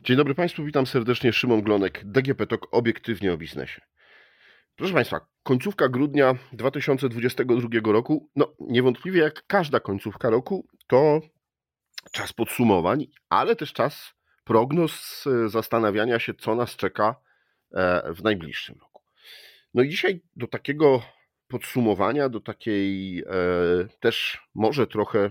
Dzień dobry Państwu, witam serdecznie. Szymon Glonek, DGP TOK, obiektywnie o biznesie. Proszę Państwa, końcówka grudnia 2022 roku, niewątpliwie jak każda końcówka roku, to czas podsumowań, ale też czas prognoz, zastanawiania się, co nas czeka w najbliższym roku. No i dzisiaj do takiego podsumowania, do takiej też może trochę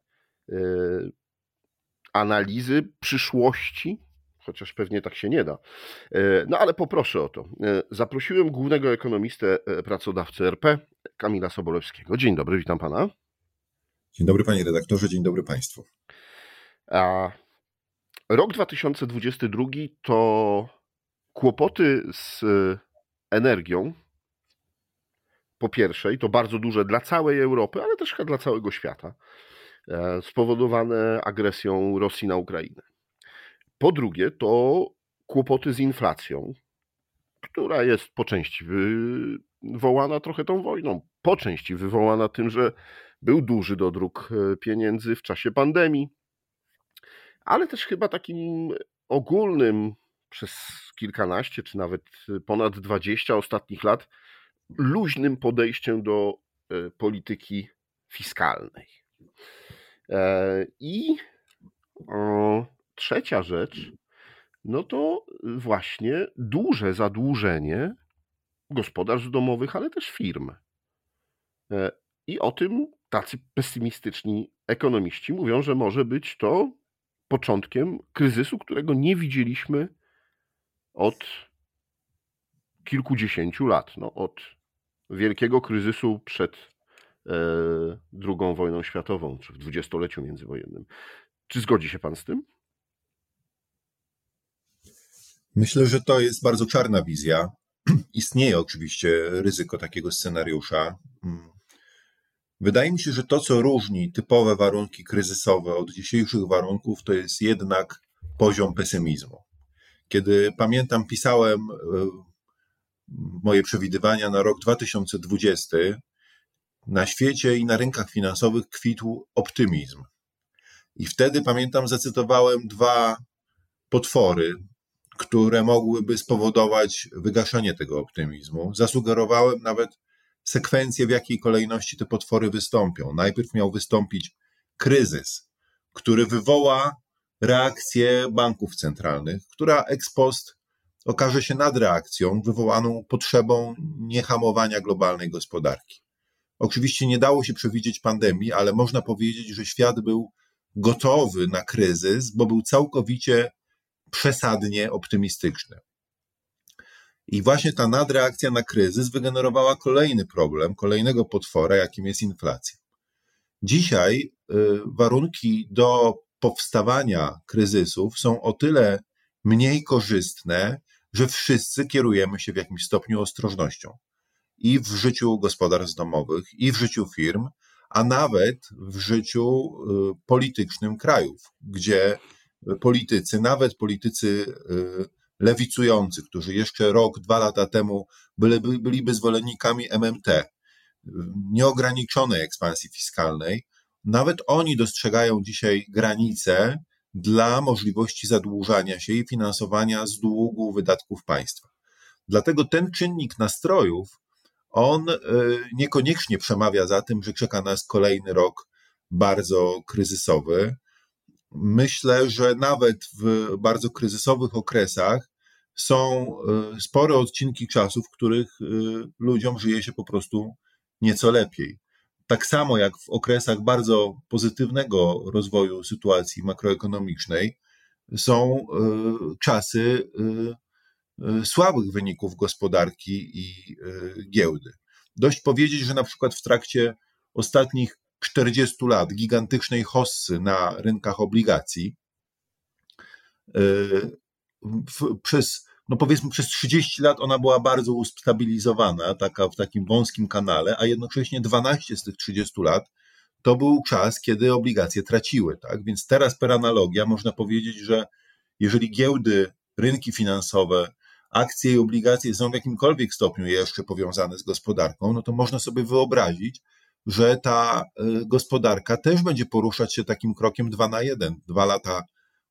analizy przyszłości, chociaż pewnie tak się nie da. No ale poproszę o to. Zaprosiłem głównego ekonomistę Pracodawcy RP, Kamila Sobolewskiego. Dzień dobry, witam pana. Dzień dobry panie redaktorze, dzień dobry państwu. A rok 2022 to kłopoty z energią, po pierwsze, i to bardzo duże dla całej Europy, ale też chyba dla całego świata, spowodowane agresją Rosji na Ukrainę. Po drugie, to kłopoty z inflacją, która jest po części wywołana trochę tą wojną, po części wywołana tym, że był duży dodruk pieniędzy w czasie pandemii, ale też chyba takim ogólnym przez kilkanaście, czy nawet ponad 20 ostatnich lat luźnym podejściem do polityki fiskalnej. I trzecia rzecz, no to właśnie duże zadłużenie gospodarstw domowych, ale też firm. I o tym tacy pesymistyczni ekonomiści mówią, że może być to początkiem kryzysu, którego nie widzieliśmy od kilkudziesięciu lat. Od wielkiego kryzysu przed II wojną światową, czy w dwudziestoleciu międzywojennym. Czy zgodzi się pan z tym? Myślę, że to jest bardzo czarna wizja. Istnieje oczywiście ryzyko takiego scenariusza. Wydaje mi się, że to, co różni typowe warunki kryzysowe od dzisiejszych warunków, to jest jednak poziom pesymizmu. Kiedy pamiętam, pisałem moje przewidywania na rok 2020, na świecie i na rynkach finansowych kwitł optymizm. I wtedy, pamiętam, zacytowałem dwa potwory, które mogłyby spowodować wygaszenie tego optymizmu. Zasugerowałem nawet sekwencję, w jakiej kolejności te potwory wystąpią. Najpierw miał wystąpić kryzys, który wywoła reakcję banków centralnych, która ex post okaże się nadreakcją wywołaną potrzebą niehamowania globalnej gospodarki. Oczywiście nie dało się przewidzieć pandemii, ale można powiedzieć, że świat był gotowy na kryzys, bo był całkowicie przesadnie optymistyczny. I właśnie ta nadreakcja na kryzys wygenerowała kolejny problem, kolejnego potwora, jakim jest inflacja. Dzisiaj warunki do powstawania kryzysów są o tyle mniej korzystne, że wszyscy kierujemy się w jakimś stopniu ostrożnością. I w życiu gospodarstw domowych, i w życiu firm, a nawet w życiu politycznym krajów, gdzie politycy, nawet politycy lewicujący, którzy jeszcze rok, 2 lata temu byliby zwolennikami MMT, nieograniczonej ekspansji fiskalnej, nawet oni dostrzegają dzisiaj granice dla możliwości zadłużania się i finansowania z długu wydatków państwa. Dlatego ten czynnik nastrojów, on niekoniecznie przemawia za tym, że czeka nas kolejny rok bardzo kryzysowy. Myślę, że nawet w bardzo kryzysowych okresach są spore odcinki czasu, w których ludziom żyje się po prostu nieco lepiej. Tak samo jak w okresach bardzo pozytywnego rozwoju sytuacji makroekonomicznej są czasy słabych wyników gospodarki i giełdy. Dość powiedzieć, że na przykład w trakcie ostatnich 40 lat gigantycznej hossy na rynkach obligacji przez 30 lat ona była bardzo ustabilizowana, w takim wąskim kanale, a jednocześnie 12 z tych 30 lat to był czas, kiedy obligacje traciły. Tak? Więc teraz per analogia można powiedzieć, że jeżeli giełdy, rynki finansowe, akcje i obligacje są w jakimkolwiek stopniu jeszcze powiązane z gospodarką, no to można sobie wyobrazić, że ta gospodarka też będzie poruszać się takim krokiem 2 na 1. 2 lata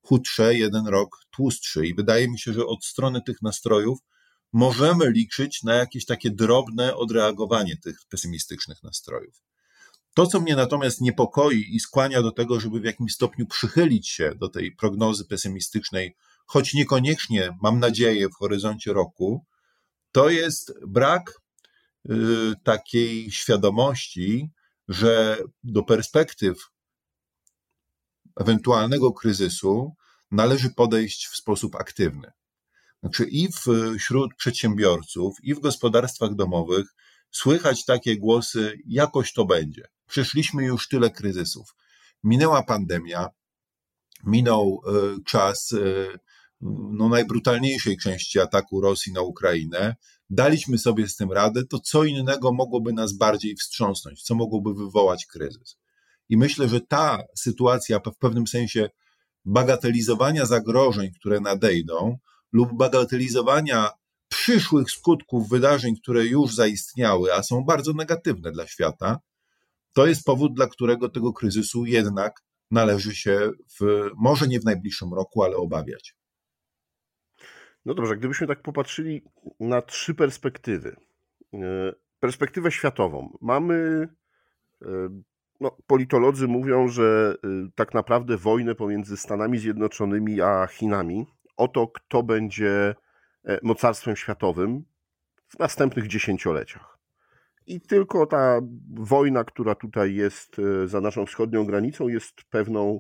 chudsze, jeden rok tłustszy. I wydaje mi się, że od strony tych nastrojów możemy liczyć na jakieś takie drobne odreagowanie tych pesymistycznych nastrojów. To, co mnie natomiast niepokoi i skłania do tego, żeby w jakimś stopniu przychylić się do tej prognozy pesymistycznej, choć niekoniecznie, mam nadzieję, w horyzoncie roku, to jest brak takiej świadomości, że do perspektyw ewentualnego kryzysu należy podejść w sposób aktywny. Znaczy i wśród przedsiębiorców, i w gospodarstwach domowych słychać takie głosy, jakoś to będzie. Przeszliśmy już tyle kryzysów. Minęła pandemia, minął czas najbrutalniejszej części ataku Rosji na Ukrainę. Daliśmy sobie z tym radę, to co innego mogłoby nas bardziej wstrząsnąć, co mogłoby wywołać kryzys. I myślę, że ta sytuacja w pewnym sensie bagatelizowania zagrożeń, które nadejdą, lub bagatelizowania przyszłych skutków wydarzeń, które już zaistniały, a są bardzo negatywne dla świata, to jest powód, dla którego tego kryzysu jednak należy się może nie w najbliższym roku, ale obawiać. No dobrze, gdybyśmy tak popatrzyli na 3 perspektywy. Perspektywę światową. Mamy, politolodzy mówią, że tak naprawdę wojnę pomiędzy Stanami Zjednoczonymi a Chinami o to, kto będzie mocarstwem światowym w następnych dziesięcioleciach. I tylko ta wojna, która tutaj jest za naszą wschodnią granicą, jest pewną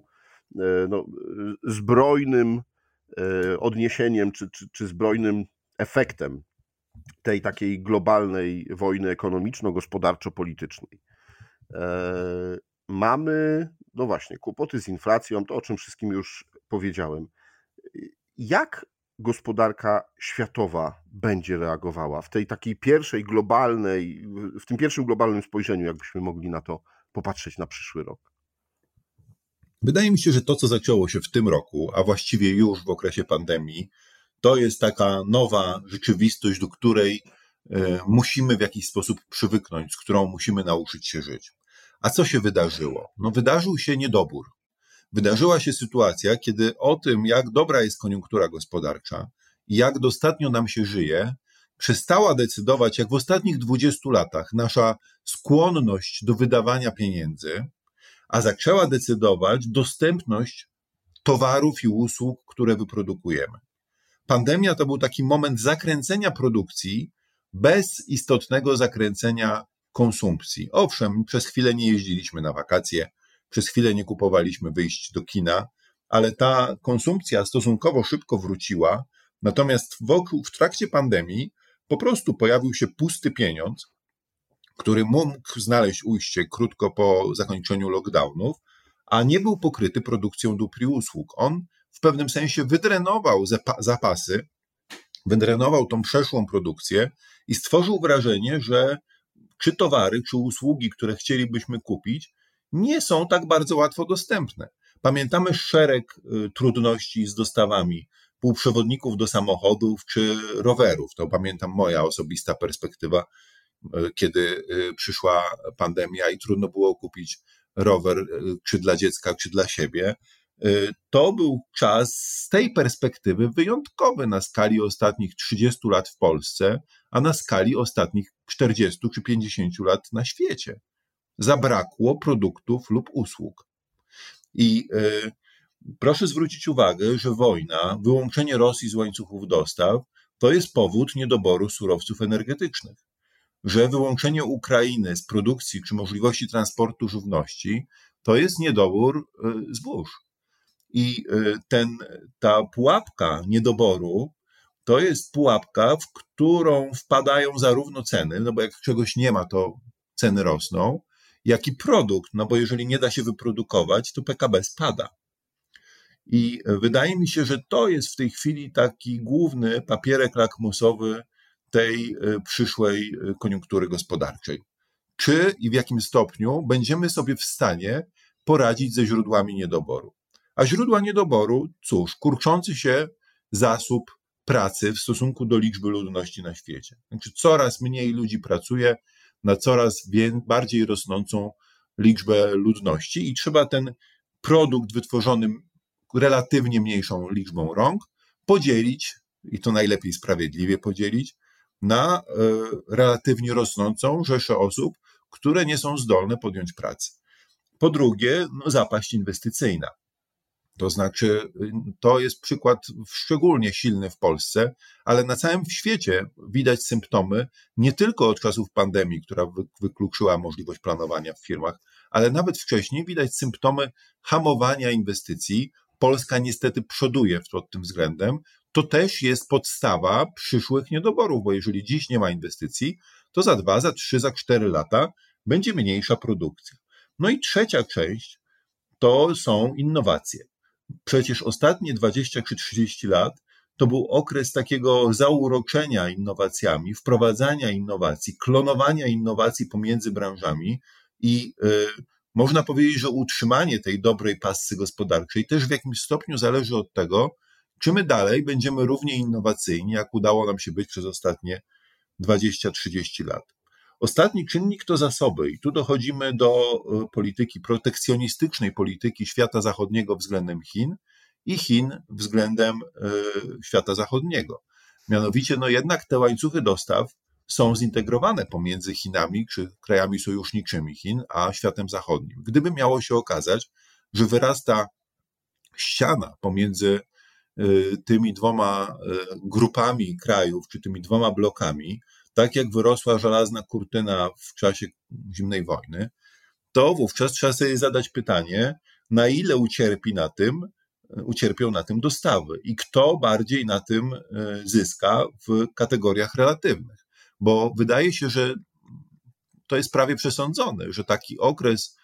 zbrojnym odniesieniem czy zbrojnym efektem tej takiej globalnej wojny ekonomiczno-gospodarczo-politycznej. Mamy, no właśnie, kłopoty z inflacją, to o czym wszystkim już powiedziałem. Jak gospodarka światowa będzie reagowała w tej takiej pierwszej globalnej, w tym pierwszym globalnym spojrzeniu, jakbyśmy mogli na to popatrzeć na przyszły rok? Wydaje mi się, że to, co zaczęło się w tym roku, a właściwie już w okresie pandemii, to jest taka nowa rzeczywistość, do której musimy w jakiś sposób przywyknąć, z którą musimy nauczyć się żyć. A co się wydarzyło? No, wydarzył się niedobór. Wydarzyła się sytuacja, kiedy o tym, jak dobra jest koniunktura gospodarcza i jak dostatnio nam się żyje, przestała decydować, jak w ostatnich 20 latach, nasza skłonność do wydawania pieniędzy, a zaczęła decydować dostępność towarów i usług, które wyprodukujemy. Pandemia to był taki moment zakręcenia produkcji bez istotnego zakręcenia konsumpcji. Owszem, przez chwilę nie jeździliśmy na wakacje, przez chwilę nie kupowaliśmy wyjść do kina, ale ta konsumpcja stosunkowo szybko wróciła, natomiast w trakcie pandemii po prostu pojawił się pusty pieniądz, który mógł znaleźć ujście krótko po zakończeniu lockdownów, a nie był pokryty produkcją dóbr i usług. On w pewnym sensie wydrenował zapasy, wydrenował tą przeszłą produkcję i stworzył wrażenie, że czy towary, czy usługi, które chcielibyśmy kupić, nie są tak bardzo łatwo dostępne. Pamiętamy szereg trudności z dostawami półprzewodników do samochodów czy rowerów. To pamiętam moja osobista perspektywa, kiedy przyszła pandemia i trudno było kupić rower czy dla dziecka, czy dla siebie. To był czas z tej perspektywy wyjątkowy na skali ostatnich 30 lat w Polsce, a na skali ostatnich 40 czy 50 lat na świecie. Zabrakło produktów lub usług. I proszę zwrócić uwagę, że wojna, wyłączenie Rosji z łańcuchów dostaw, to jest powód niedoboru surowców energetycznych. Że wyłączenie Ukrainy z produkcji czy możliwości transportu żywności to jest niedobór zbóż. I ta pułapka niedoboru to jest pułapka, w którą wpadają zarówno ceny, no bo jak czegoś nie ma, to ceny rosną, jak i produkt, no bo jeżeli nie da się wyprodukować, to PKB spada. I wydaje mi się, że to jest w tej chwili taki główny papierek lakmusowy tej przyszłej koniunktury gospodarczej. Czy i w jakim stopniu będziemy sobie w stanie poradzić ze źródłami niedoboru? A źródła niedoboru, cóż, kurczący się zasób pracy w stosunku do liczby ludności na świecie. Znaczy coraz mniej ludzi pracuje na coraz bardziej rosnącą liczbę ludności i trzeba ten produkt wytworzony relatywnie mniejszą liczbą rąk, podzielić, i to najlepiej sprawiedliwie podzielić, na relatywnie rosnącą rzeszę osób, które nie są zdolne podjąć pracy. Po drugie, zapaść inwestycyjna. To znaczy, to jest przykład szczególnie silny w Polsce, ale na całym świecie widać symptomy nie tylko od czasów pandemii, która wykluczyła możliwość planowania w firmach, ale nawet wcześniej widać symptomy hamowania inwestycji. Polska niestety przoduje pod tym względem. To też jest podstawa przyszłych niedoborów, bo jeżeli dziś nie ma inwestycji, to za 2, za 3, za 4 lata będzie mniejsza produkcja. No i trzecia część to są innowacje. Przecież ostatnie 20 czy 30 lat to był okres takiego zauroczenia innowacjami, wprowadzania innowacji, klonowania innowacji pomiędzy branżami i można powiedzieć, że utrzymanie tej dobrej pasy gospodarczej też w jakimś stopniu zależy od tego, czy my dalej będziemy równie innowacyjni, jak udało nam się być przez ostatnie 20-30 lat. Ostatni czynnik to zasoby i tu dochodzimy do polityki protekcjonistycznej, polityki świata zachodniego względem Chin i Chin względem świata zachodniego. Mianowicie, jednak te łańcuchy dostaw są zintegrowane pomiędzy Chinami czy krajami sojuszniczymi Chin, a światem zachodnim. Gdyby miało się okazać, że wyrasta ściana pomiędzy tymi dwoma grupami krajów, czy tymi dwoma blokami, tak jak wyrosła żelazna kurtyna w czasie zimnej wojny, to wówczas trzeba sobie zadać pytanie, na ile ucierpią na tym dostawy i kto bardziej na tym zyska w kategoriach relatywnych. Bo wydaje się, że to jest prawie przesądzone, że taki okres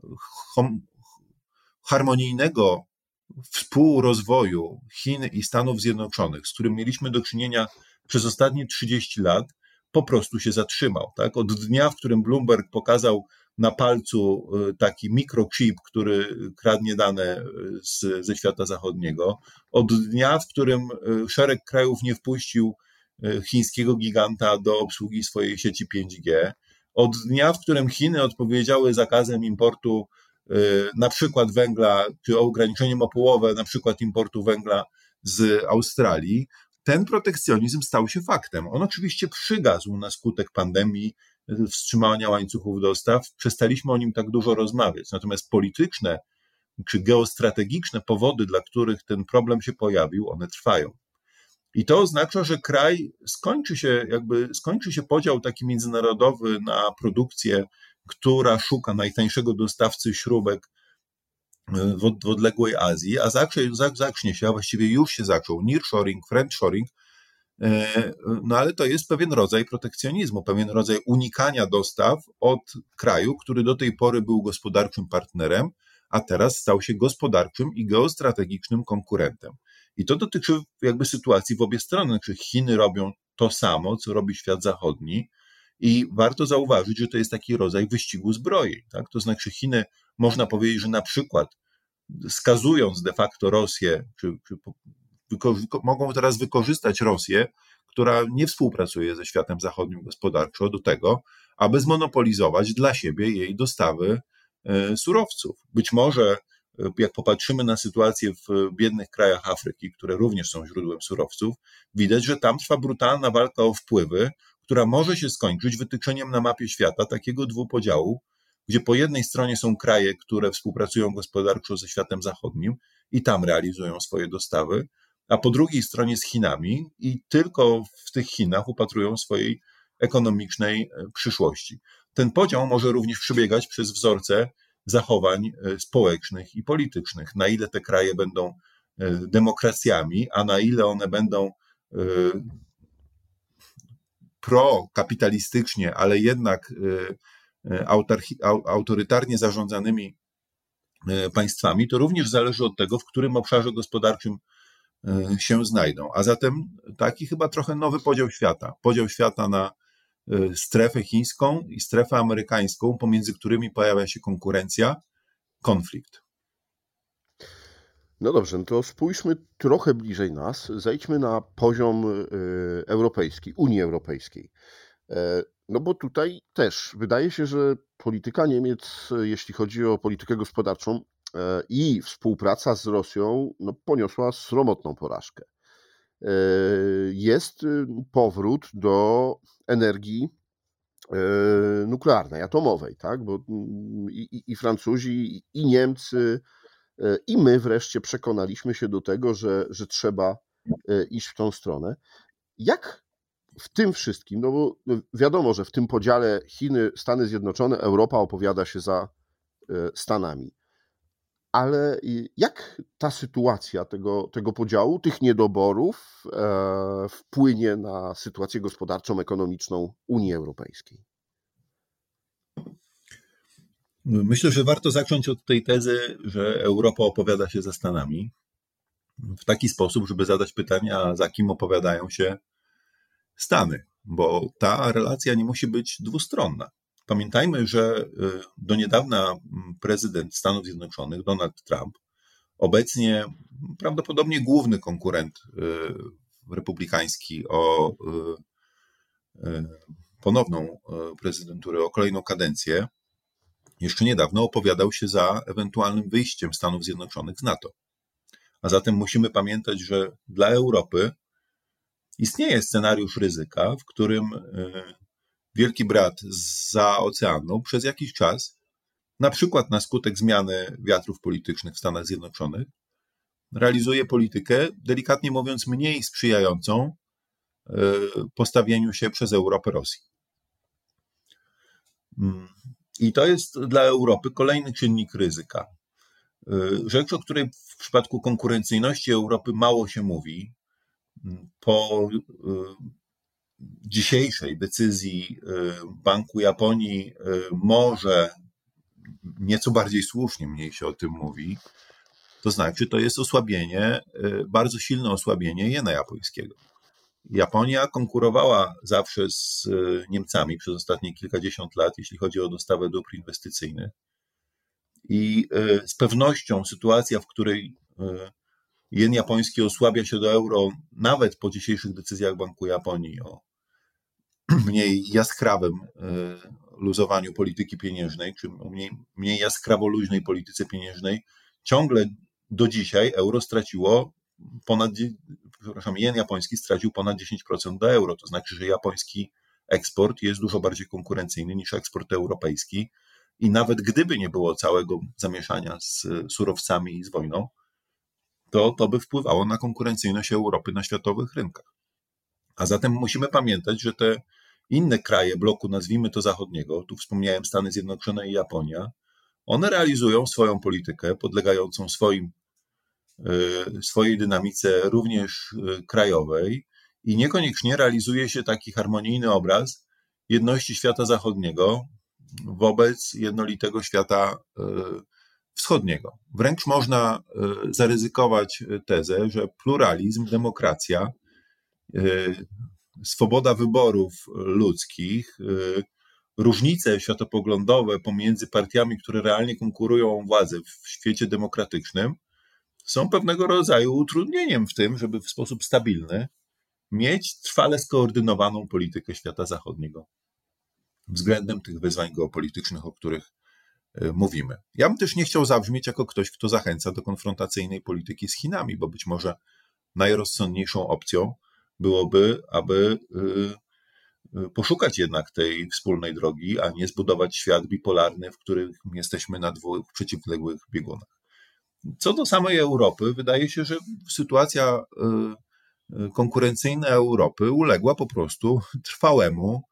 harmonijnego współrozwoju Chin i Stanów Zjednoczonych, z którym mieliśmy do czynienia przez ostatnie 30 lat, po prostu się zatrzymał. Tak? Od dnia, w którym Bloomberg pokazał na palcu taki mikrochip, który kradnie dane ze świata zachodniego, od dnia, w którym szereg krajów nie wpuścił chińskiego giganta do obsługi swojej sieci 5G, od dnia, w którym Chiny odpowiedziały zakazem importu na przykład węgla, czy ograniczeniem o połowę na przykład importu węgla z Australii, ten protekcjonizm stał się faktem. On oczywiście przygasł na skutek pandemii, wstrzymania łańcuchów dostaw, przestaliśmy o nim tak dużo rozmawiać. Natomiast polityczne czy geostrategiczne powody, dla których ten problem się pojawił, one trwają. I to oznacza, że kraj skończy się podział taki międzynarodowy na produkcję, która szuka najtańszego dostawcy śrubek w odległej Azji, a zacznie się, a właściwie już się zaczął, nearshoring, friendshoring, ale to jest pewien rodzaj protekcjonizmu, pewien rodzaj unikania dostaw od kraju, który do tej pory był gospodarczym partnerem, a teraz stał się gospodarczym i geostrategicznym konkurentem. I to dotyczy sytuacji w obie strony, czy Chiny robią to samo, co robi świat zachodni, i warto zauważyć, że to jest taki rodzaj wyścigu zbrojeń. Tak? To znaczy Chiny, można powiedzieć, że na przykład skazując de facto Rosję, mogą teraz wykorzystać Rosję, która nie współpracuje ze światem zachodnim gospodarczo, do tego, aby zmonopolizować dla siebie jej dostawy surowców. Być może, jak popatrzymy na sytuację w biednych krajach Afryki, które również są źródłem surowców, widać, że tam trwa brutalna walka o wpływy, która może się skończyć wytyczeniem na mapie świata takiego dwupodziału, gdzie po jednej stronie są kraje, które współpracują gospodarczo ze światem zachodnim i tam realizują swoje dostawy, a po drugiej stronie z Chinami i tylko w tych Chinach upatrują swojej ekonomicznej przyszłości. Ten podział może również przebiegać przez wzorce zachowań społecznych i politycznych. Na ile te kraje będą demokracjami, a na ile one będą prokapitalistycznie, ale jednak autorytarnie zarządzanymi państwami, to również zależy od tego, w którym obszarze gospodarczym się znajdą. A zatem taki chyba trochę nowy podział świata. Podział świata na strefę chińską i strefę amerykańską, pomiędzy którymi pojawia się konkurencja, konflikt. No dobrze, no to spójrzmy trochę bliżej nas, zejdźmy na poziom europejski, Unii Europejskiej. No bo tutaj też wydaje się, że polityka Niemiec, jeśli chodzi o politykę gospodarczą, i współpraca z Rosją poniosła sromotną porażkę. Jest powrót do energii nuklearnej, atomowej, tak? Bo i Francuzi, i Niemcy, i my wreszcie przekonaliśmy się do tego, że trzeba iść w tą stronę. Jak w tym wszystkim, no bo wiadomo, że w tym podziale Chiny, Stany Zjednoczone, Europa opowiada się za Stanami. Ale jak ta sytuacja tego podziału, tych niedoborów wpłynie na sytuację gospodarczą, ekonomiczną Unii Europejskiej? Myślę, że warto zacząć od tej tezy, że Europa opowiada się za Stanami w taki sposób, żeby zadać pytanie, a za kim opowiadają się Stany, bo ta relacja nie musi być dwustronna. Pamiętajmy, że do niedawna prezydent Stanów Zjednoczonych, Donald Trump, obecnie prawdopodobnie główny konkurent republikański o ponowną prezydenturę, o kolejną kadencję, jeszcze niedawno opowiadał się za ewentualnym wyjściem Stanów Zjednoczonych z NATO. A zatem musimy pamiętać, że dla Europy istnieje scenariusz ryzyka, w którym Wielki Brat zza oceanu przez jakiś czas, na przykład na skutek zmiany wiatrów politycznych w Stanach Zjednoczonych, realizuje politykę, delikatnie mówiąc, mniej sprzyjającą postawieniu się przez Europę Rosji. I to jest dla Europy kolejny czynnik ryzyka. Rzecz, o której w przypadku konkurencyjności Europy mało się mówi, po dzisiejszej decyzji Banku Japonii może nieco bardziej słusznie mniej się o tym mówi, to znaczy to jest osłabienie, bardzo silne osłabienie jena japońskiego. Japonia konkurowała zawsze z Niemcami przez ostatnie kilkadziesiąt lat, jeśli chodzi o dostawę dóbr inwestycyjnych. I z pewnością sytuacja, w której jen japoński osłabia się do euro, nawet po dzisiejszych decyzjach Banku Japonii o mniej jaskrawym luzowaniu polityki pieniężnej, czy o mniej jaskrawo luźnej polityce pieniężnej, ciągle do dzisiaj euro straciło jen japoński stracił ponad 10% do euro. To znaczy, że japoński eksport jest dużo bardziej konkurencyjny niż eksport europejski. I nawet gdyby nie było całego zamieszania z surowcami i z wojną, to by wpływało na konkurencyjność Europy na światowych rynkach. A zatem musimy pamiętać, że te inne kraje bloku, nazwijmy to zachodniego, tu wspomniałem Stany Zjednoczone i Japonia, one realizują swoją politykę podlegającą swojej dynamice również krajowej i niekoniecznie realizuje się taki harmonijny obraz jedności świata zachodniego wobec jednolitego świata wschodniego. Wręcz można zaryzykować tezę, że pluralizm, demokracja, swoboda wyborów ludzkich, różnice światopoglądowe pomiędzy partiami, które realnie konkurują o władzę w świecie demokratycznym, są pewnego rodzaju utrudnieniem w tym, żeby w sposób stabilny mieć trwale skoordynowaną politykę świata zachodniego względem tych wyzwań geopolitycznych, o których mówimy. Ja bym też nie chciał zabrzmieć jako ktoś, kto zachęca do konfrontacyjnej polityki z Chinami, bo być może najrozsądniejszą opcją byłoby, aby poszukać jednak tej wspólnej drogi, a nie zbudować świat bipolarny, w którym jesteśmy na dwóch przeciwległych biegunach. Co do samej Europy, wydaje się, że sytuacja konkurencyjna Europy uległa po prostu trwałemu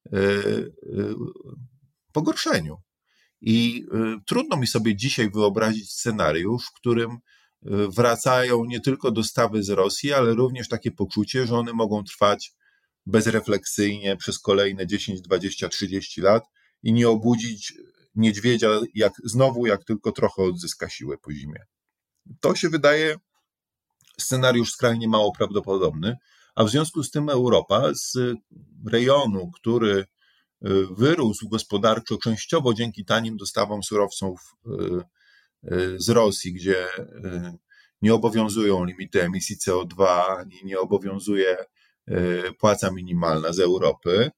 pogorszeniu. I trudno mi sobie dzisiaj wyobrazić scenariusz, w którym wracają nie tylko dostawy z Rosji, ale również takie poczucie, że one mogą trwać bezrefleksyjnie przez kolejne 10, 20, 30 lat i nie obudzić niedźwiedzia jak tylko trochę odzyska siłę po zimie. To się wydaje scenariusz skrajnie mało prawdopodobny, a w związku z tym Europa z rejonu, który wyrósł gospodarczo częściowo dzięki tanim dostawom surowców z Rosji, gdzie nie obowiązują limity emisji CO2, ani nie obowiązuje płaca minimalna z Europy,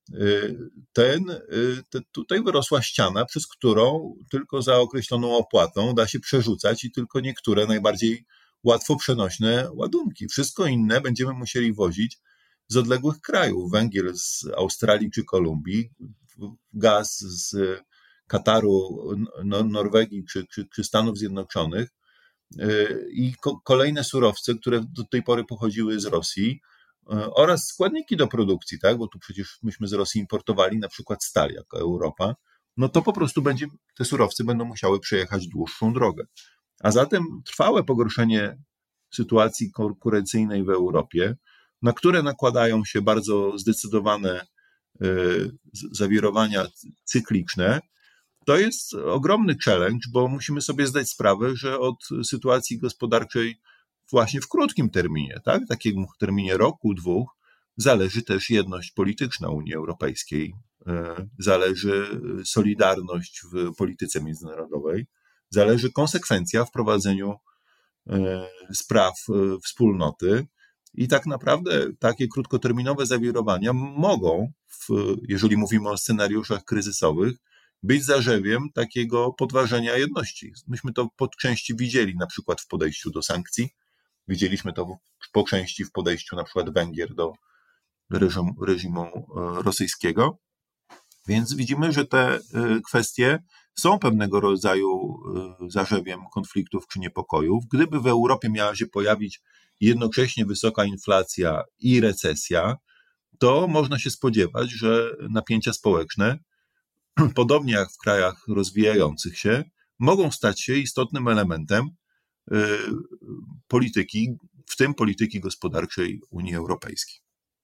Tutaj wyrosła ściana, przez którą tylko za określoną opłatą da się przerzucać i tylko niektóre najbardziej łatwo przenośne ładunki. Wszystko inne będziemy musieli wozić z odległych krajów. Węgiel z Australii czy Kolumbii, gaz z Kataru, Norwegii czy Stanów Zjednoczonych i kolejne surowce, które do tej pory pochodziły z Rosji oraz składniki do produkcji, tak? Bo tu przecież myśmy z Rosji importowali na przykład stal jako Europa, no to po prostu te surowce będą musiały przejechać dłuższą drogę. A zatem trwałe pogorszenie sytuacji konkurencyjnej w Europie, na które nakładają się bardzo zdecydowane zawirowania cykliczne, to jest ogromny challenge, bo musimy sobie zdać sprawę, że od sytuacji gospodarczej właśnie w krótkim terminie, tak, takim terminie roku, dwóch, zależy też jedność polityczna Unii Europejskiej, zależy solidarność w polityce międzynarodowej, zależy konsekwencja w prowadzeniu spraw wspólnoty i tak naprawdę takie krótkoterminowe zawirowania mogą, jeżeli mówimy o scenariuszach kryzysowych, być zarzewiem takiego podważenia jedności. Myśmy to po części widzieli na przykład w podejściu do sankcji, widzieliśmy to po części w podejściu na przykład Węgier do reżimu rosyjskiego, więc widzimy, że te kwestie są pewnego rodzaju zarzewiem konfliktów czy niepokojów. Gdyby w Europie miała się pojawić jednocześnie wysoka inflacja i recesja, to można się spodziewać, że napięcia społeczne, podobnie jak w krajach rozwijających się, mogą stać się istotnym elementem polityki, w tym polityki gospodarczej Unii Europejskiej.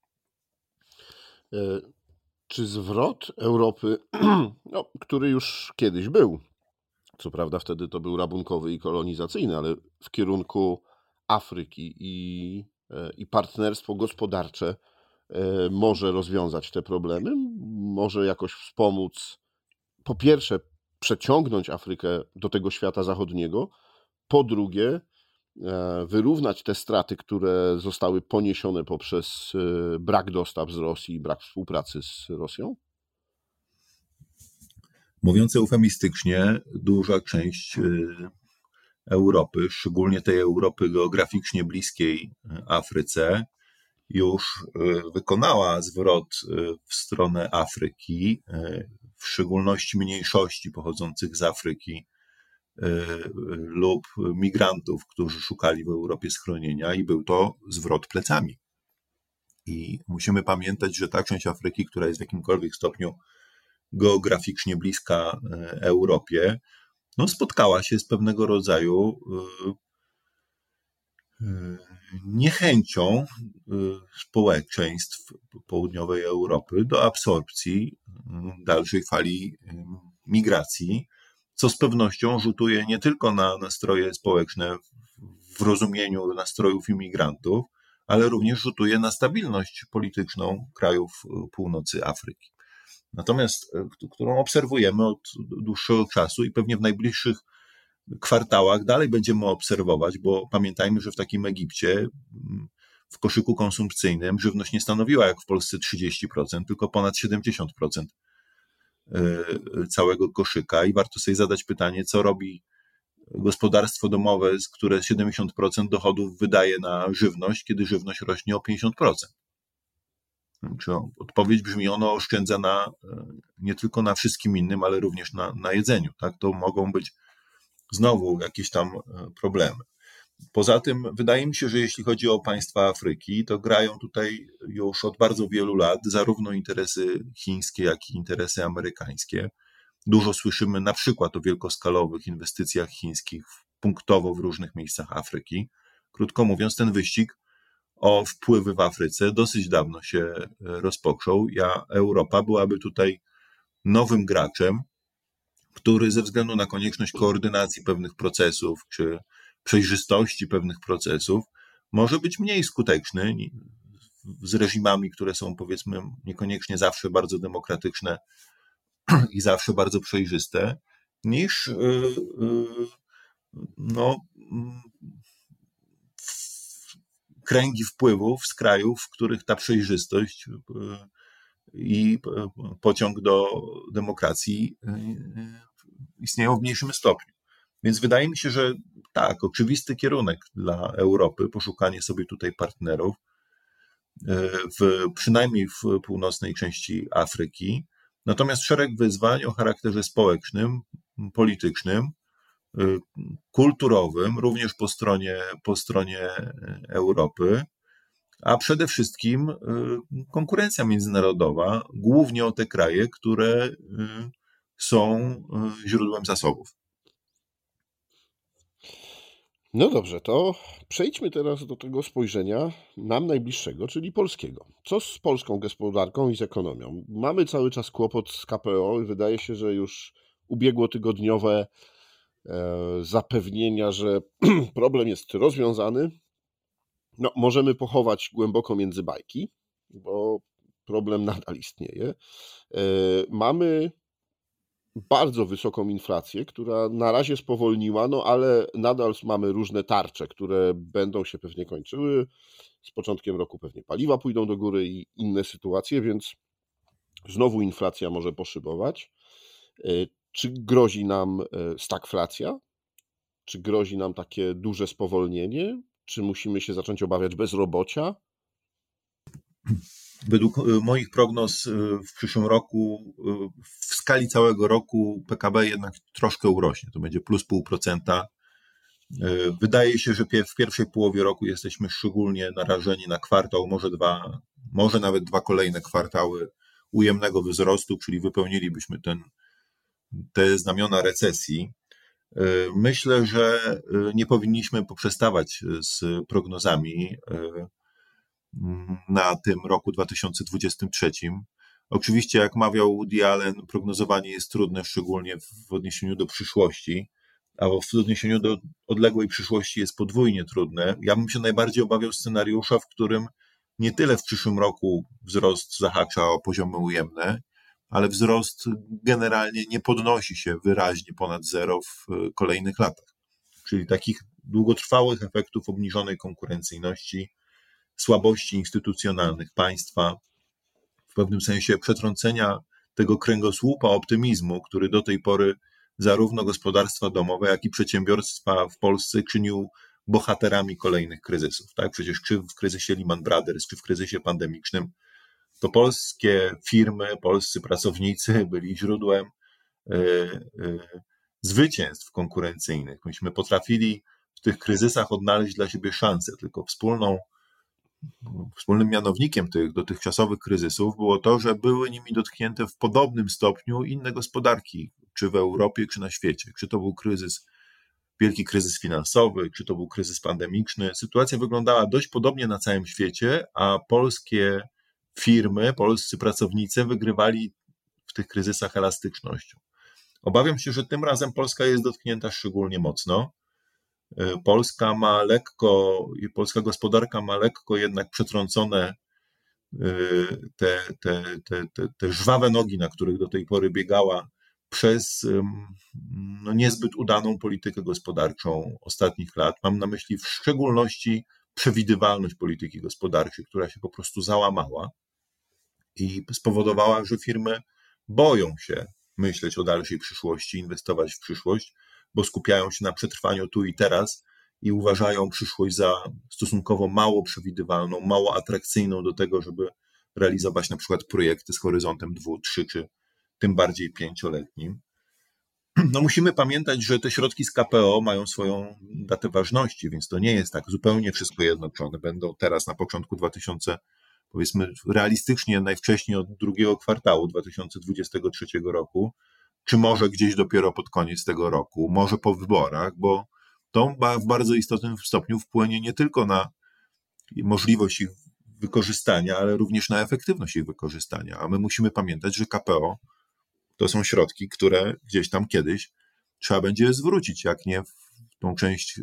Czy zwrot Europy, no, który już kiedyś był, co prawda wtedy to był rabunkowy i kolonizacyjny, ale w kierunku Afryki i partnerstwo gospodarcze może rozwiązać te problemy, może jakoś wspomóc, po pierwsze przeciągnąć Afrykę do tego świata zachodniego, po drugie wyrównać te straty, które zostały poniesione poprzez brak dostaw z Rosji i brak współpracy z Rosją? Mówiąc eufemistycznie, duża część Europy, szczególnie tej Europy geograficznie bliskiej Afryce, już wykonała zwrot w stronę Afryki, w szczególności mniejszości pochodzących z Afryki lub migrantów, którzy szukali w Europie schronienia, i był to zwrot plecami. I musimy pamiętać, że ta część Afryki, która jest w jakimkolwiek stopniu geograficznie bliska Europie, no spotkała się z pewnego rodzaju niechęcią społeczeństw południowej Europy do absorpcji dalszej fali migracji, co z pewnością rzutuje nie tylko na nastroje społeczne w rozumieniu nastrojów imigrantów, ale również rzutuje na stabilność polityczną krajów północy Afryki. Natomiast, którą obserwujemy od dłuższego czasu i pewnie w najbliższych kwartałach dalej będziemy obserwować, bo pamiętajmy, że w takim Egipcie w koszyku konsumpcyjnym żywność nie stanowiła jak w Polsce 30%, tylko ponad 70% całego koszyka i warto sobie zadać pytanie, co robi gospodarstwo domowe, które 70% dochodów wydaje na żywność, kiedy żywność rośnie o 50%. Odpowiedź brzmi, ono oszczędza nie tylko na wszystkim innym, ale również na jedzeniu. Tak? To mogą być znowu jakieś tam problemy. Poza tym wydaje mi się, że jeśli chodzi o państwa Afryki, to grają tutaj już od bardzo wielu lat zarówno interesy chińskie, jak i interesy amerykańskie. Dużo słyszymy na przykład o wielkoskalowych inwestycjach chińskich punktowo w różnych miejscach Afryki. Krótko mówiąc, ten wyścig o wpływy w Afryce dosyć dawno się rozpoczął. Europa byłaby tutaj nowym graczem, który ze względu na konieczność koordynacji pewnych procesów czy przejrzystości pewnych procesów może być mniej skuteczny z reżimami, które są, powiedzmy, niekoniecznie zawsze bardzo demokratyczne i zawsze bardzo przejrzyste, niż kręgi wpływów z krajów, w których ta przejrzystość i pociąg do demokracji istnieją w mniejszym stopniu. Więc wydaje mi się, że tak, oczywisty kierunek dla Europy, poszukanie sobie tutaj partnerów, przynajmniej w północnej części Afryki. Natomiast szereg wyzwań o charakterze społecznym, politycznym, kulturowym, również po stronie Europy, a przede wszystkim konkurencja międzynarodowa, głównie o te kraje, które są źródłem zasobów. No dobrze, to przejdźmy teraz do tego spojrzenia nam najbliższego, czyli polskiego. Co z polską gospodarką i z ekonomią? Mamy cały czas kłopot z KPO i wydaje się, że już ubiegłotygodniowe zapewnienia, że problem jest rozwiązany, no, możemy pochować głęboko między bajki, bo problem nadal istnieje. Mamy bardzo wysoką inflację, która na razie spowolniła, no ale nadal mamy różne tarcze, które będą się pewnie kończyły. Z początkiem roku pewnie paliwa pójdą do góry i inne sytuacje, więc znowu inflacja może poszybować. Czy grozi nam stagflacja? Czy grozi nam takie duże spowolnienie? Czy musimy się zacząć obawiać bezrobocia? Według moich prognoz w przyszłym roku, w skali całego roku PKB jednak troszkę urośnie. To będzie plus 0,5%. Wydaje się, że w pierwszej połowie roku jesteśmy szczególnie narażeni na kwartał, może nawet dwa kolejne kwartały ujemnego wzrostu, czyli wypełnilibyśmy te znamiona recesji. Myślę, że nie powinniśmy poprzestawać z prognozami na tym roku 2023. Oczywiście, jak mawiał Woody Allen, prognozowanie jest trudne, szczególnie w odniesieniu do przyszłości, a w odniesieniu do odległej przyszłości jest podwójnie trudne. Ja bym się najbardziej obawiał scenariusza, w którym nie tyle w przyszłym roku wzrost zahacza o poziomy ujemne, ale wzrost generalnie nie podnosi się wyraźnie ponad zero w kolejnych latach. Czyli takich długotrwałych efektów obniżonej konkurencyjności, słabości instytucjonalnych państwa, w pewnym sensie przetrącenia tego kręgosłupa optymizmu, który do tej pory zarówno gospodarstwa domowe, jak i przedsiębiorstwa w Polsce czynił bohaterami kolejnych kryzysów. Tak? Przecież czy w kryzysie Lehman Brothers, czy w kryzysie pandemicznym, to polskie firmy, polscy pracownicy byli źródłem zwycięstw konkurencyjnych. Myśmy potrafili w tych kryzysach odnaleźć dla siebie szansę, tylko wspólnym mianownikiem tych dotychczasowych kryzysów było to, że były nimi dotknięte w podobnym stopniu inne gospodarki, czy w Europie, czy na świecie. Czy to był wielki kryzys finansowy, czy to był kryzys pandemiczny. Sytuacja wyglądała dość podobnie na całym świecie, a polskie firmy, polscy pracownicy wygrywali w tych kryzysach elastycznością. Obawiam się, że tym razem Polska jest dotknięta szczególnie mocno. Polska gospodarka ma lekko jednak przetrącone te żwawe nogi, na których do tej pory biegała przez niezbyt udaną politykę gospodarczą ostatnich lat. Mam na myśli w szczególności przewidywalność polityki gospodarczej, która się po prostu załamała i spowodowała, że firmy boją się myśleć o dalszej przyszłości, inwestować w przyszłość, bo skupiają się na przetrwaniu tu i teraz i uważają przyszłość za stosunkowo mało przewidywalną, mało atrakcyjną do tego, żeby realizować na przykład projekty z horyzontem 2, 3 czy tym bardziej 5-letnim. No musimy pamiętać, że te środki z KPO mają swoją datę ważności, więc to nie jest tak zupełnie wszystko jednoczone. Będą teraz na początku powiedzmy realistycznie najwcześniej od drugiego kwartału 2023 roku, czy może gdzieś dopiero pod koniec tego roku, może po wyborach, bo to w bardzo istotnym stopniu wpłynie nie tylko na możliwość ich wykorzystania, ale również na efektywność ich wykorzystania. A my musimy pamiętać, że KPO to są środki, które gdzieś tam kiedyś trzeba będzie zwrócić, jak nie w tą część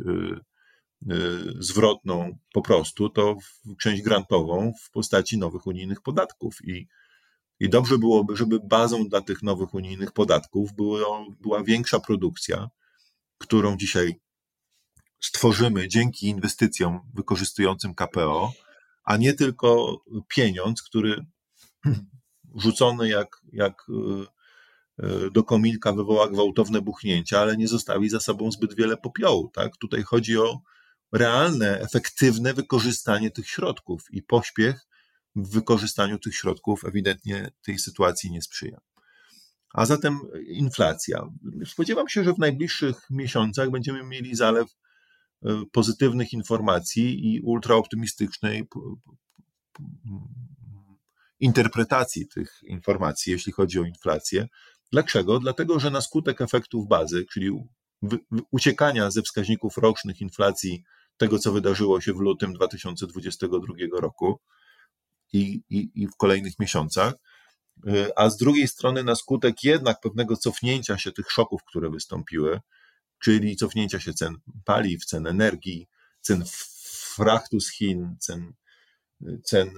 zwrotną po prostu, to w część grantową w postaci nowych unijnych podatków. I dobrze byłoby, żeby bazą dla tych nowych unijnych podatków była większa produkcja, którą dzisiaj stworzymy dzięki inwestycjom wykorzystującym KPO, a nie tylko pieniądz, który rzucony jak do kominka wywoła gwałtowne buchnięcia, ale nie zostawi za sobą zbyt wiele popiołu. Tak? Tutaj chodzi o realne, efektywne wykorzystanie tych środków i pośpiech w wykorzystaniu tych środków ewidentnie tej sytuacji nie sprzyja. A zatem inflacja. Spodziewam się, że w najbliższych miesiącach będziemy mieli zalew pozytywnych informacji i ultraoptymistycznej interpretacji tych informacji, jeśli chodzi o inflację. Dlaczego? Dlatego, że na skutek efektów bazy, czyli uciekania ze wskaźników rocznych inflacji tego, co wydarzyło się w lutym 2022 roku i w kolejnych miesiącach, a z drugiej strony na skutek jednak pewnego cofnięcia się tych szoków, które wystąpiły, czyli cofnięcia się cen paliw, cen energii, cen frachtu z Chin, cen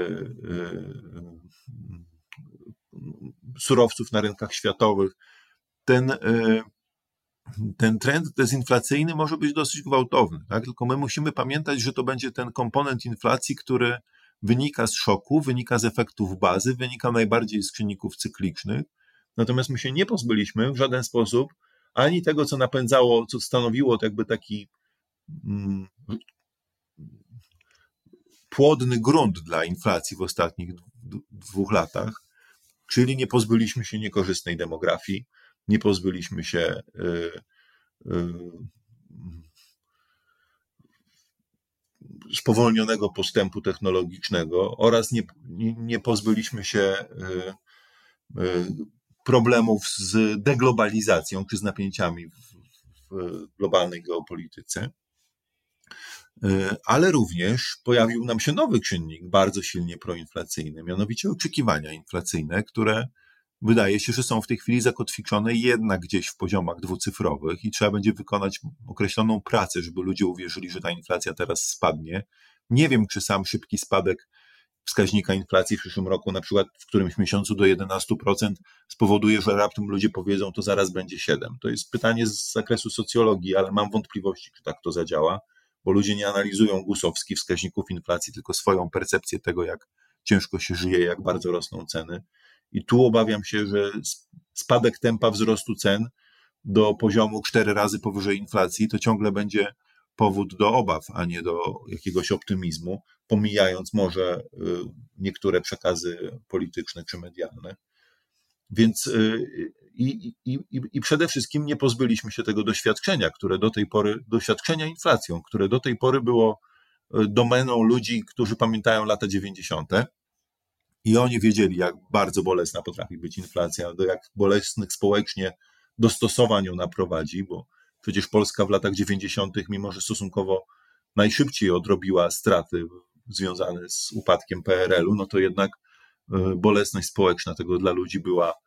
surowców na rynkach światowych, ten trend dezinflacyjny może być dosyć gwałtowny, tak? Tylko my musimy pamiętać, że to będzie ten komponent inflacji, który wynika z szoku, wynika z efektów bazy, wynika najbardziej z czynników cyklicznych, natomiast my się nie pozbyliśmy w żaden sposób ani tego, co napędzało, co stanowiło jakby taki płodny grunt dla inflacji w ostatnich 2 latach, czyli nie pozbyliśmy się niekorzystnej demografii, nie pozbyliśmy się spowolnionego postępu technologicznego oraz nie pozbyliśmy się problemów z deglobalizacją czy z napięciami w globalnej geopolityce. Ale również pojawił nam się nowy czynnik, bardzo silnie proinflacyjny, mianowicie oczekiwania inflacyjne, które wydaje się, że są w tej chwili zakotwiczone jednak gdzieś w poziomach dwucyfrowych i trzeba będzie wykonać określoną pracę, żeby ludzie uwierzyli, że ta inflacja teraz spadnie. Nie wiem, czy sam szybki spadek wskaźnika inflacji w przyszłym roku, na przykład w którymś miesiącu do 11% spowoduje, że raptem ludzie powiedzą, to zaraz będzie 7%. To jest pytanie z zakresu socjologii, ale mam wątpliwości, czy tak to zadziała, bo ludzie nie analizują gusowskich wskaźników inflacji, tylko swoją percepcję tego, jak ciężko się żyje, jak bardzo rosną ceny. I tu obawiam się, że spadek tempa wzrostu cen do poziomu 4 razy powyżej inflacji to ciągle będzie powód do obaw, a nie do jakiegoś optymizmu, pomijając może niektóre przekazy polityczne czy medialne. Więc i przede wszystkim nie pozbyliśmy się tego doświadczenia, które do tej pory, doświadczenia inflacją, które do tej pory było domeną ludzi, którzy pamiętają lata 90. I oni wiedzieli, jak bardzo bolesna potrafi być inflacja, do jak bolesnych społecznie dostosowań ona prowadzi, bo przecież Polska w latach 90., mimo że stosunkowo najszybciej odrobiła straty związane z upadkiem PRL-u, no to jednak bolesność społeczna tego dla ludzi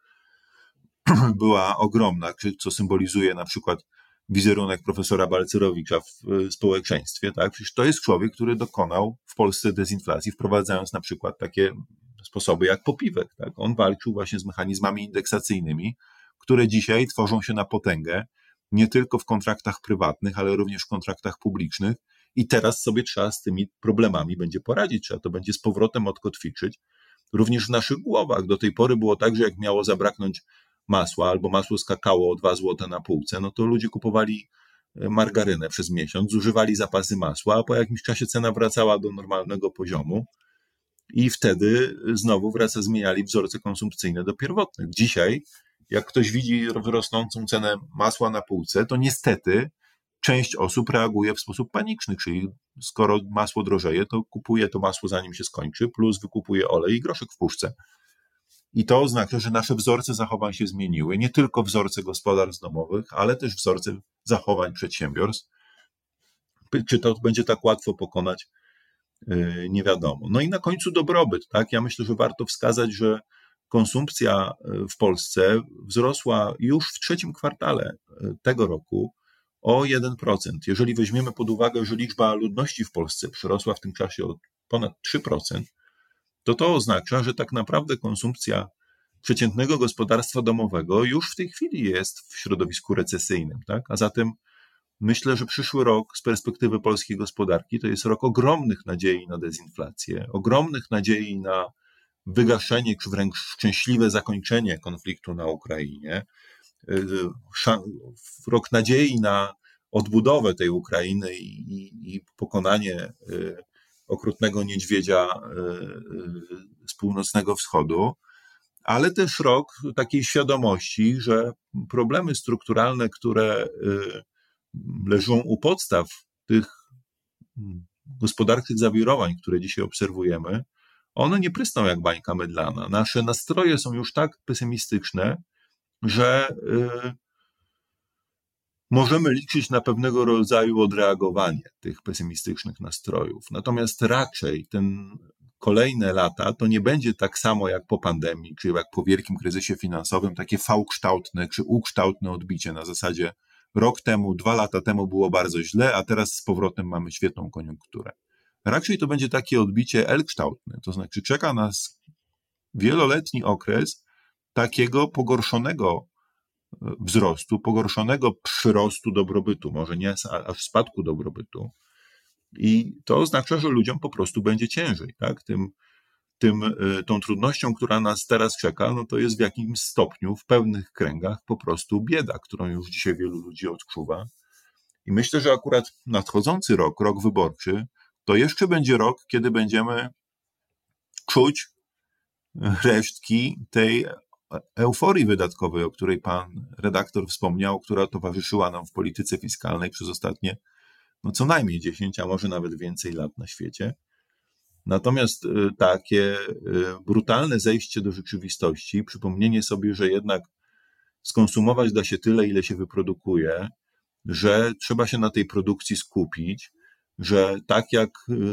była ogromna, co symbolizuje na przykład wizerunek profesora Balcerowicza w społeczeństwie. Tak? Przecież to jest człowiek, który dokonał w Polsce dezinflacji, wprowadzając na przykład takie sposoby jak popiwek. Tak? On walczył właśnie z mechanizmami indeksacyjnymi, które dzisiaj tworzą się na potęgę, nie tylko w kontraktach prywatnych, ale również w kontraktach publicznych i teraz sobie trzeba z tymi problemami będzie poradzić, trzeba to będzie z powrotem odkotwiczyć. Również w naszych głowach do tej pory było tak, że jak miało zabraknąć masła albo masło skakało o 2 zł na półce, no to ludzie kupowali margarynę przez miesiąc, zużywali zapasy masła, a po jakimś czasie cena wracała do normalnego poziomu i wtedy znowu zmieniali wzorce konsumpcyjne do pierwotnych. Dzisiaj, jak ktoś widzi rosnącą cenę masła na półce, to niestety część osób reaguje w sposób paniczny, czyli skoro masło drożeje, to kupuje to masło zanim się skończy, plus wykupuje olej i groszek w puszce. I to oznacza, że nasze wzorce zachowań się zmieniły, nie tylko wzorce gospodarstw domowych, ale też wzorce zachowań przedsiębiorstw. Czy to będzie tak łatwo pokonać? Nie wiadomo. No i na końcu dobrobyt. Tak? Ja myślę, że warto wskazać, że konsumpcja w Polsce wzrosła już w 3. kwartale tego roku o 1%. Jeżeli weźmiemy pod uwagę, że liczba ludności w Polsce przyrosła w tym czasie o ponad 3%, to oznacza, że tak naprawdę konsumpcja przeciętnego gospodarstwa domowego już w tej chwili jest w środowisku recesyjnym. Tak? A zatem myślę, że przyszły rok z perspektywy polskiej gospodarki to jest rok ogromnych nadziei na dezinflację, ogromnych nadziei na wygaszenie, czy wręcz szczęśliwe zakończenie konfliktu na Ukrainie, rok nadziei na odbudowę tej Ukrainy i pokonanie okrutnego niedźwiedzia z północnego wschodu, ale też rok takiej świadomości, że problemy strukturalne, które leżą u podstaw tych gospodarczych zawirowań, które dzisiaj obserwujemy, one nie prysną jak bańka mydlana. Nasze nastroje są już tak pesymistyczne, że możemy liczyć na pewnego rodzaju odreagowanie tych pesymistycznych nastrojów. Natomiast raczej kolejne lata to nie będzie tak samo jak po pandemii, czy jak po wielkim kryzysie finansowym, takie V-kształtne czy U-kształtne odbicie na zasadzie rok temu, 2 lata temu było bardzo źle, a teraz z powrotem mamy świetną koniunkturę. Raczej to będzie takie odbicie L-kształtne, to znaczy czeka nas wieloletni okres takiego pogorszonego wzrostu, pogorszonego przyrostu dobrobytu, może nie aż spadku dobrobytu. I to oznacza, że ludziom po prostu będzie ciężej. Tak? Tą trudnością, która nas teraz czeka, no to jest w jakimś stopniu, w pewnych kręgach po prostu bieda, którą już dzisiaj wielu ludzi odczuwa. I myślę, że akurat nadchodzący rok wyborczy, to jeszcze będzie rok, kiedy będziemy czuć resztki tej euforii wydatkowej, o której pan redaktor wspomniał, która towarzyszyła nam w polityce fiskalnej przez ostatnie co najmniej 10, a może nawet więcej lat na świecie. Natomiast takie brutalne zejście do rzeczywistości, przypomnienie sobie, że jednak skonsumować da się tyle, ile się wyprodukuje, że trzeba się na tej produkcji skupić, że tak jak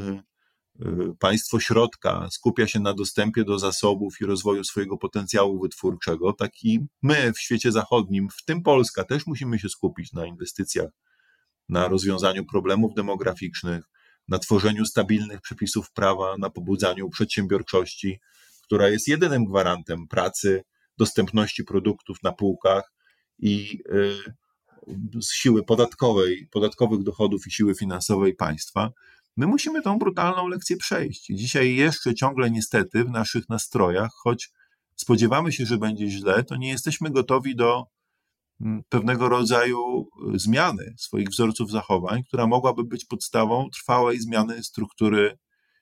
państwo środka skupia się na dostępie do zasobów i rozwoju swojego potencjału wytwórczego, tak i my w świecie zachodnim, w tym Polska, też musimy się skupić na inwestycjach, na rozwiązaniu problemów demograficznych, na tworzeniu stabilnych przepisów prawa, na pobudzaniu przedsiębiorczości, która jest jedynym gwarantem pracy, dostępności produktów na półkach i siły podatkowych dochodów i siły finansowej państwa. My musimy tą brutalną lekcję przejść. I dzisiaj jeszcze ciągle niestety w naszych nastrojach, choć spodziewamy się, że będzie źle, to nie jesteśmy gotowi do pewnego rodzaju zmiany swoich wzorców zachowań, która mogłaby być podstawą trwałej zmiany struktury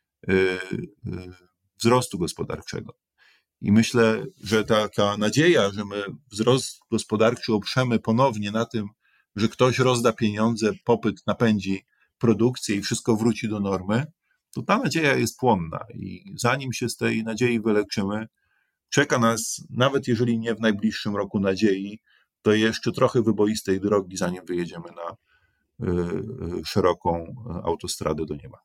wzrostu gospodarczego. I myślę, że taka nadzieja, że my wzrost gospodarczy oprzemy ponownie na tym, że ktoś rozda pieniądze, popyt napędzi produkcję i wszystko wróci do normy, to ta nadzieja jest płonna i zanim się z tej nadziei wyleczymy, czeka nas, nawet jeżeli nie w najbliższym roku nadziei, to jeszcze trochę wyboistej drogi, zanim wyjedziemy na szeroką autostradę do nieba.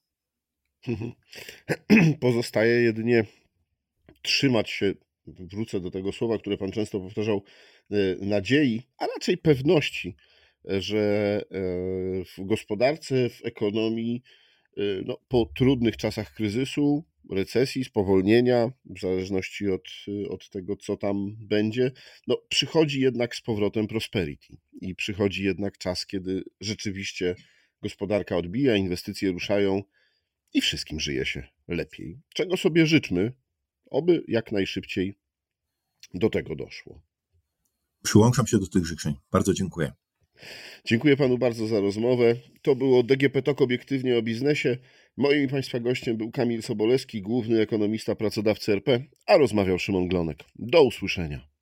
Pozostaje jedynie trzymać się, wrócę do tego słowa, które pan często powtarzał, nadziei, a raczej pewności, że w gospodarce, w ekonomii, po trudnych czasach kryzysu, recesji, spowolnienia, w zależności od tego, co tam będzie, przychodzi jednak z powrotem prosperity i przychodzi jednak czas, kiedy rzeczywiście gospodarka odbija, inwestycje ruszają i wszystkim żyje się lepiej. Czego sobie życzmy, oby jak najszybciej do tego doszło. Przyłączam się do tych życzeń. Bardzo dziękuję. Dziękuję panu bardzo za rozmowę. To było DGP Talk obiektywnie o biznesie. Moim i państwa gościem był Kamil Sobolewski, główny ekonomista Pracodawcy RP, a rozmawiał Szymon Glonek. Do usłyszenia.